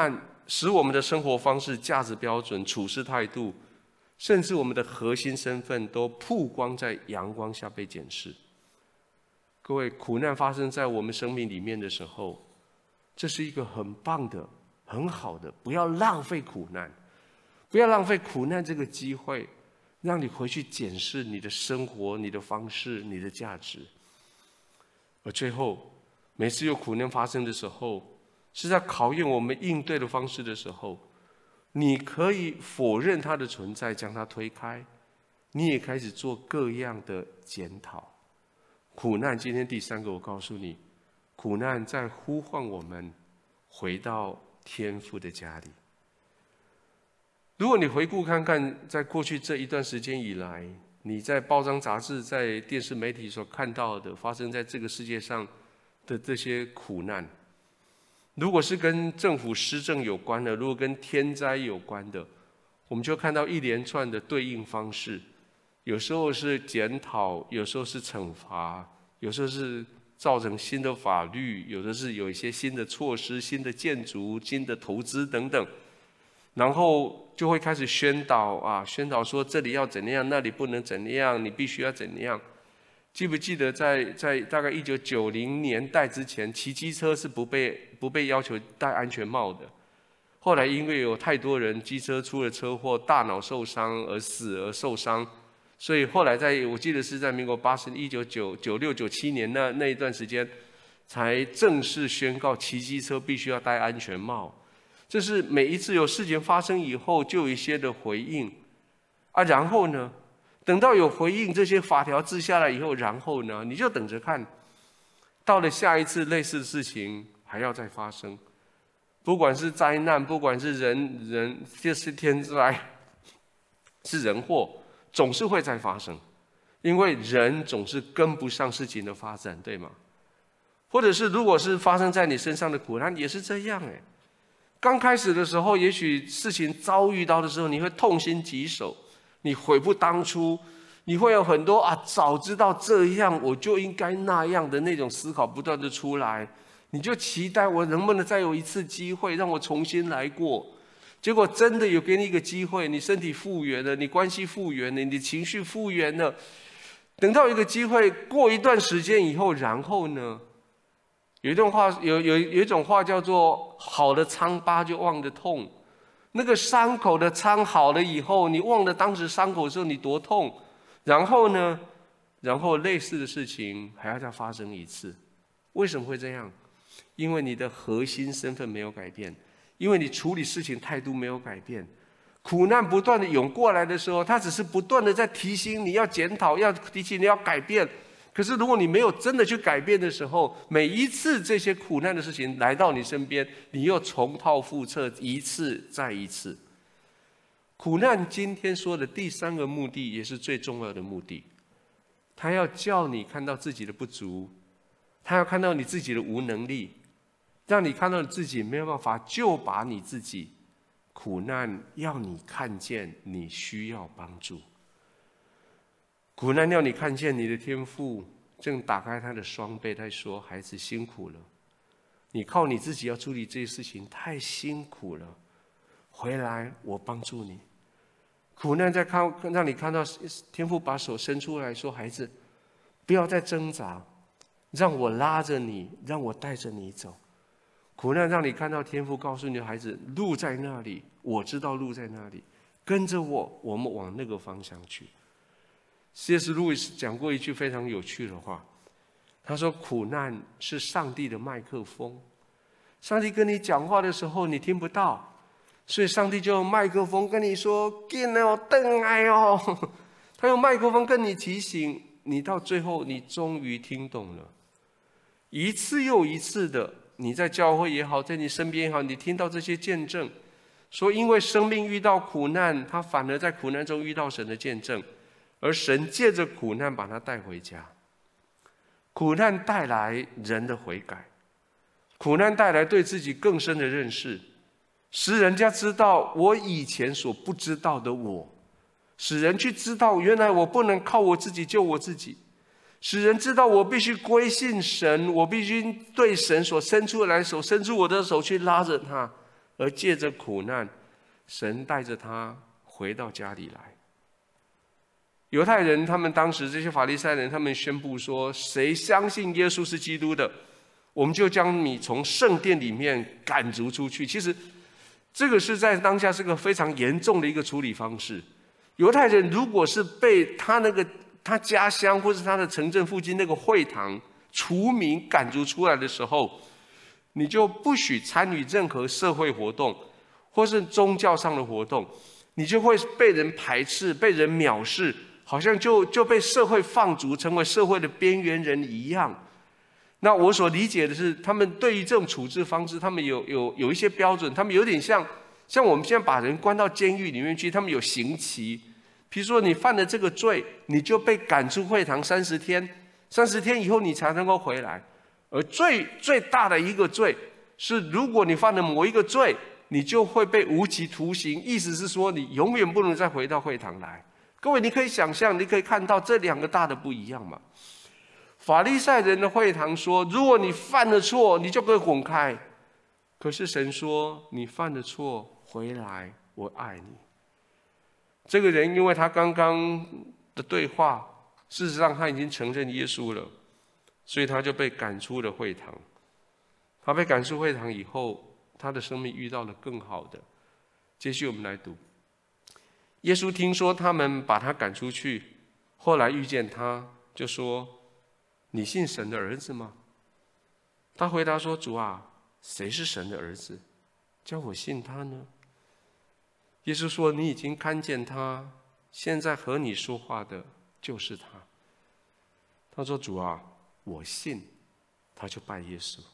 使我们的生活方式、价值标准、处事态度，甚至我们的核心身份都曝光在阳光下被检视。各位，苦难发生在我们生命里面的时候，这是一个很棒的、很好的，不要浪费苦难，不要浪费苦难这个机会，让你回去检视你的生活、你的方式、你的价值。而最后，每次有苦难发生的时候，是在考验我们应对的方式的时候，你可以否认它的存在，将它推开，你也开始做各样的检讨。苦难，今天第三个，我告诉你，苦难在呼唤我们回到天父的家里。如果你回顾看看，在过去这一段时间以来，你在报章杂志、在电视媒体所看到的发生在这个世界上的这些苦难，如果是跟政府施政有关的，如果跟天灾有关的，我们就看到一连串的对应方式。有时候是检讨，有时候是惩罚，有时候是造成新的法律，有的是有一些新的措施、新的建筑、新的投资等等，然后就会开始宣导啊，宣导说这里要怎样，那里不能怎样，你必须要怎样。记不记得在在大概一九九零年代之前，骑机车是不被不被要求戴安全帽的。后来因为有太多人机车出了车祸，大脑受伤而死而受伤。所以后来在我记得是在民国八十一九九九六九七年那那一段时间，才正式宣告骑机车必须要戴安全帽。这是每一次有事情发生以后，就有一些的回应啊。然后呢，等到有回应，这些法条制下来以后，然后呢，你就等着看，到了下一次类似的事情还要再发生，不管是灾难，不管是人人就是天灾，是人祸。总是会再发生，因为人总是跟不上事情的发展，对吗？或者是如果是发生在你身上的苦难也是这样哎。刚开始的时候，也许事情遭遇到的时候，你会痛心疾首，你悔不当初，你会有很多啊，早知道这样我就应该那样的那种思考不断的出来，你就期待我能不能再有一次机会让我重新来过。结果真的有给你一个机会，你身体复原了，你关系复原了，你的情绪复原了。等到一个机会，过一段时间以后，然后呢？有一段话，有有有一种话叫做“好的疮疤就忘了痛”。那个伤口的疮好了以后，你忘了当时伤口的时候你多痛。然后呢？然后类似的事情还要再发生一次。为什么会这样？因为你的核心身份没有改变。因为你处理事情态度没有改变，苦难不断的涌过来的时候，它只是不断的在提醒你要检讨，要提醒你要改变。可是如果你没有真的去改变的时候，每一次这些苦难的事情来到你身边，你又重蹈覆辙，一次再一次。苦难今天说的第三个目的，也是最重要的目的，它要叫你看到自己的不足，它要看到你自己的无能力，让你看到你自己没有办法救拔你自己。苦难要你看见你需要帮助，苦难要你看见你的天父正打开他的双臂在说，孩子辛苦了，你靠你自己要处理这些事情太辛苦了，回来我帮助你。苦难在看让你看到天父把手伸出来说，孩子不要再挣扎，让我拉着你，让我带着你走。苦难让你看到天父告诉你的孩子，路在那里，我知道路在那里，跟着我，我们往那个方向去。C S 路易斯讲过一句非常有趣的话，他说苦难是上帝的麦克风，上帝跟你讲话的时候你听不到，所以上帝就用麦克风跟你说，紧哦，等来哦，他用麦克风跟你提醒你，到最后你终于听懂了。一次又一次的，你在教会也好，在你身边也好，你听到这些见证，说因为生命遇到苦难，他反而在苦难中遇到神的见证，而神借着苦难把他带回家。苦难带来人的悔改，苦难带来对自己更深的认识，使人家知道我以前所不知道的我，使人去知道原来我不能靠我自己救我自己，使人知道我必须归信神，我必须对神所伸出来的手，伸出我的手去拉着他， 而借着苦难，神带着他回到家里来。犹太人他们当时这些法利赛人，他们宣布说：谁相信耶稣是基督的，我们就将你从圣殿里面赶逐出去。其实这个是在当下是个非常严重的一个处理方式。犹太人如果是被他那个他家乡或是他的城镇附近那个会堂除名赶逐出来的时候，你就不许参与任何社会活动或是宗教上的活动，你就会被人排斥，被人藐视，好像就就被社会放逐，成为社会的边缘人一样。那我所理解的是，他们对于这种处置方式，他们有有有一些标准，他们有点像像我们现在把人关到监狱里面去，他们有刑期。比如说你犯了这个罪，你就被赶出会堂三十天，三十天以后你才能够回来。而最最大的一个罪是，如果你犯了某一个罪，你就会被无期徒刑，意思是说你永远不能再回到会堂来。各位，你可以想象，你可以看到这两个大的不一样嘛。法利赛人的会堂说，如果你犯了错，你就可以滚开。可是神说，你犯了错，回来，我爱你。这个人因为他刚刚的对话，事实上他已经承认耶稣了，所以他就被赶出了会堂。他被赶出会堂以后，他的生命遇到了更好的。接续我们来读，耶稣听说他们把他赶出去，后来遇见他，就说：你信神的儿子吗？他回答说：主啊，谁是神的儿子，叫我信他呢？耶稣说：你已经看见他，现在和你说话的就是他。他说：主啊，我信。他就拜耶稣。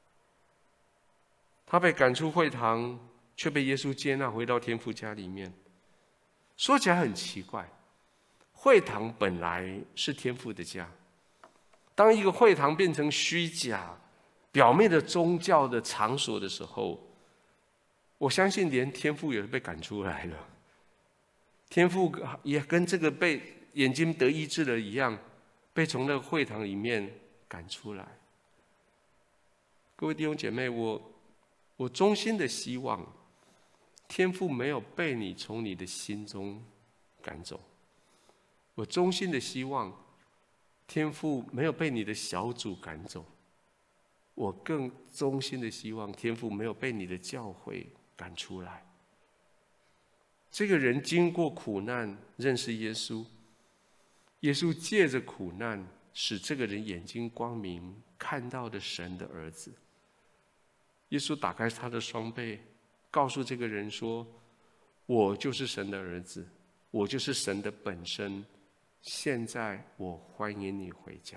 他被赶出会堂，却被耶稣接纳回到天父家里面。说起来很奇怪，会堂本来是天父的家，当一个会堂变成虚假、表面的宗教的场所的时候，我相信连天父也被赶出来了。天父也跟这个被眼睛得医治了一样，被从那个会堂里面赶出来。各位弟兄姐妹，我我衷心的希望，天父没有被你从你的心中赶走。我衷心的希望，天父没有被你的小组赶走。我更衷心的希望，天父没有被你的教会赶出来。这个人经过苦难认识耶稣，耶稣借着苦难使这个人眼睛光明，看到了神的儿子。耶稣打开他的双臂，告诉这个人说：我就是神的儿子，我就是神的本身，现在我欢迎你回家。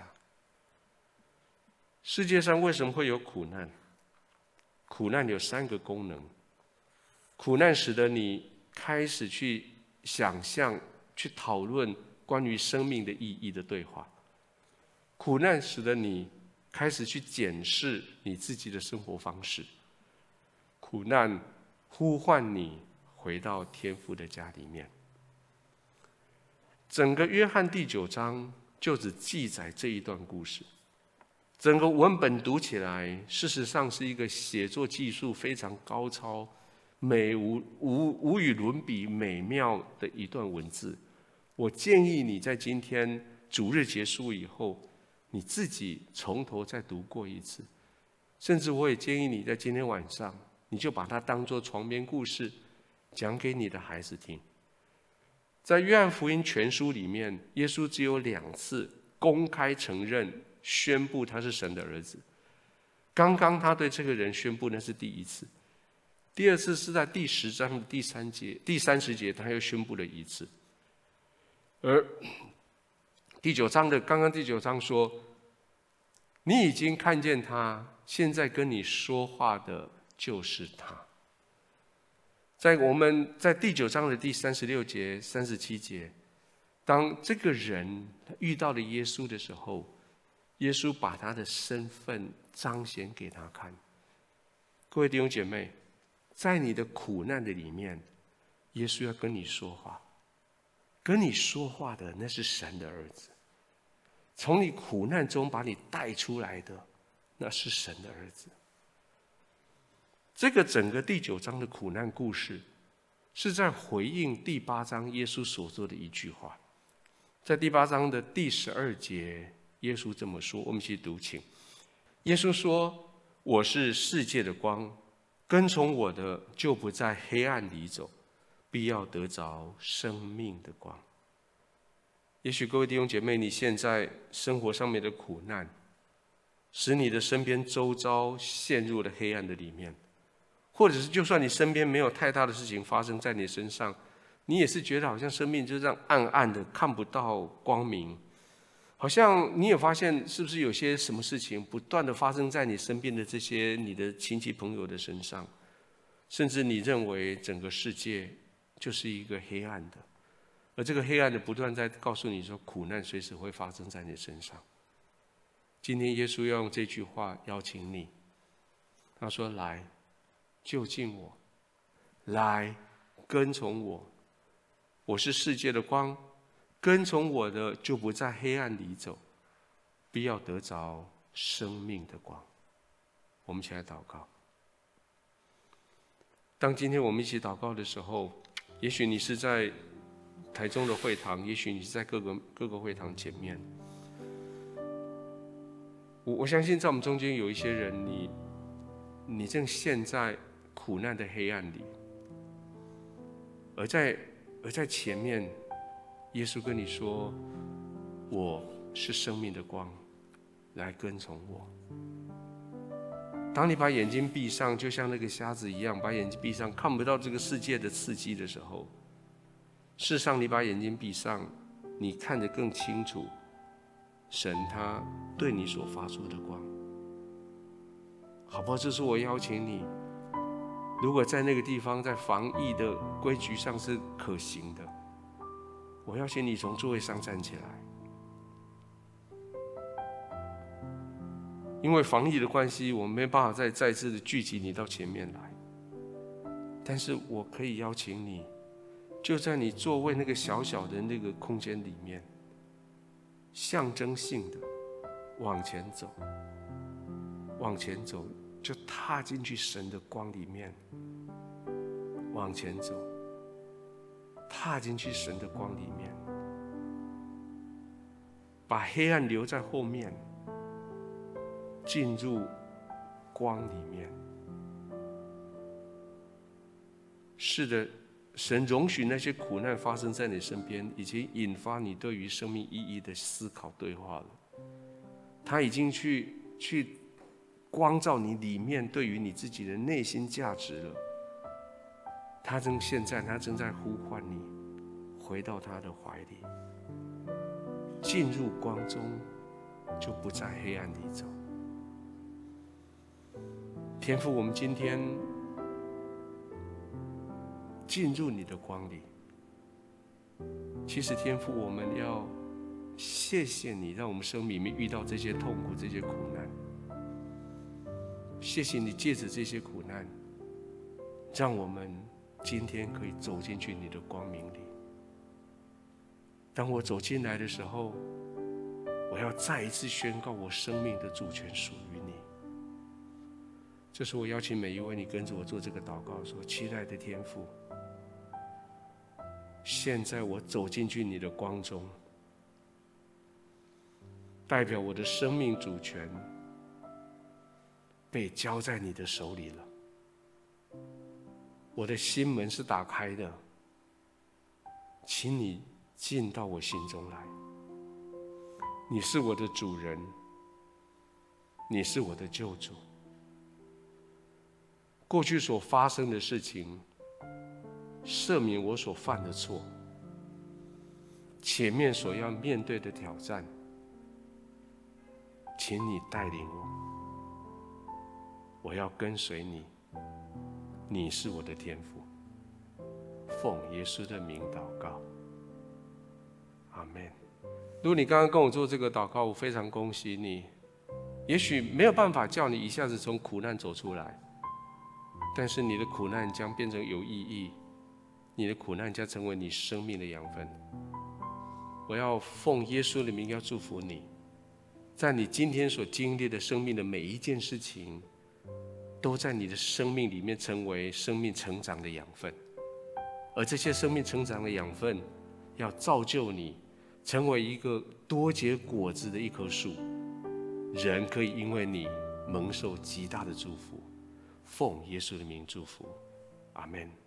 世界上为什么会有苦难？苦难有三个功能。苦难使得你开始去想象、去讨论关于生命的意义的对话。苦难使得你开始去检视你自己的生活方式。苦难呼唤你回到天父的家里面。整个约翰第九章就只记载这一段故事。整个文本读起来，事实上是一个写作技术非常高超、美无无无与伦比、美妙的一段文字。我建议你在今天主日结束以后，你自己从头再读过一次。甚至我也建议你在今天晚上，你就把它当作床边故事，讲给你的孩子听。在约翰福音全书里面，耶稣只有两次公开承认、宣布他是神的儿子。刚刚他对这个人宣布那是第一次，第二次是在第十章的第三节、第三十节，他又宣布了一次。而第九章的刚刚第九章说：你已经看见他，现在跟你说话的就是他。在我们在第九章的第三十六节、三十七节，当这个人遇到了耶稣的时候，耶稣把他的身份彰显给他看。各位弟兄姐妹，在你的苦难的里面，耶稣要跟你说话，跟你说话的那是神的儿子。从你苦难中把你带出来的，那是神的儿子。 这个整个第九章的苦难故事，是在回应第八章耶稣所说的一句话。在第八章的第十二节，耶稣这么说，我们一起读请。耶稣说：“我是世界的光，跟从我的就不在黑暗里走，必要得着生命的光。”也许各位弟兄姐妹，你现在生活上面的苦难，使你的身边周遭陷入了黑暗的里面，或者是就算你身边没有太大的事情发生在你身上，你也是觉得好像生命就这样暗暗的，看不到光明。好像你有发现，是不是有些什么事情不断的发生在你身边的这些你的亲戚朋友的身上，甚至你认为整个世界就是一个黑暗的，而这个黑暗的不断在告诉你说，苦难随时会发生在你身上。今天耶稣要用这句话邀请你，他说：“来，就近我，来，跟从我，我是世界的光。跟从我的就不在黑暗里走，必要得着生命的光。”我们一起来祷告。当今天我们一起祷告的时候，也许你是在台中的会堂，也许你是在各个各个会堂前面。我我相信在我们中间有一些人，你你正陷在苦难的黑暗里，而在而在前面，耶稣跟你说：“我是生命的光，来跟从我。”当你把眼睛闭上，就像那个瞎子一样，把眼睛闭上，看不到这个世界的刺激的时候，事实上你把眼睛闭上，你看得更清楚神他对你所发出的光。好不好？这是我邀请你，如果在那个地方在防疫的规矩上是可行的，我邀请你从座位上站起来。因为防疫的关系，我们没办法再再次的聚集你到前面来，但是我可以邀请你，就在你座位那个小小的那个空间里面，象征性的往前走，往前走，就踏进去神的光里面，往前走，踏进去神的光里面，把黑暗留在后面，进入光里面。是的，神容许那些苦难发生在你身边，已经引发你对于生命意义的思考对话了。他已经去去光照你里面对于你自己的内心价值了。他正现在，他正在呼唤你回到他的怀里，进入光中，就不在黑暗里走。天父，我们今天进入你的光里。其实天父，我们要谢谢你，让我们生命里面遇到这些痛苦、这些苦难。谢谢你借着这些苦难，让我们今天可以走进去你的光明里。当我走进来的时候，我要再一次宣告我生命的主权属于你。这是我邀请每一位你跟着我做这个祷告，说：亲爱的天父，现在我走进去你的光中，代表我的生命主权被交在你的手里了。我的心门是打开的，请你进到我心中来。你是我的主人，你是我的救主。过去所发生的事情，赦免我所犯的错，前面所要面对的挑战，请你带领我，我要跟随你，你是我的天父。奉耶稣的名祷告，阿们。如果你刚刚跟我做这个祷告，我非常恭喜你。也许没有办法叫你一下子从苦难走出来，但是你的苦难将变成有意义，你的苦难将成为你生命的养分。我要奉耶稣的名要祝福你，在你今天所经历的生命的每一件事情， 都在你的生命里面成为生命成长的养分，而这些生命成长的养分，要造就你成为一个多结果子的一棵树，人可以因为你蒙受极大的祝福。奉耶稣的名祝福，阿们。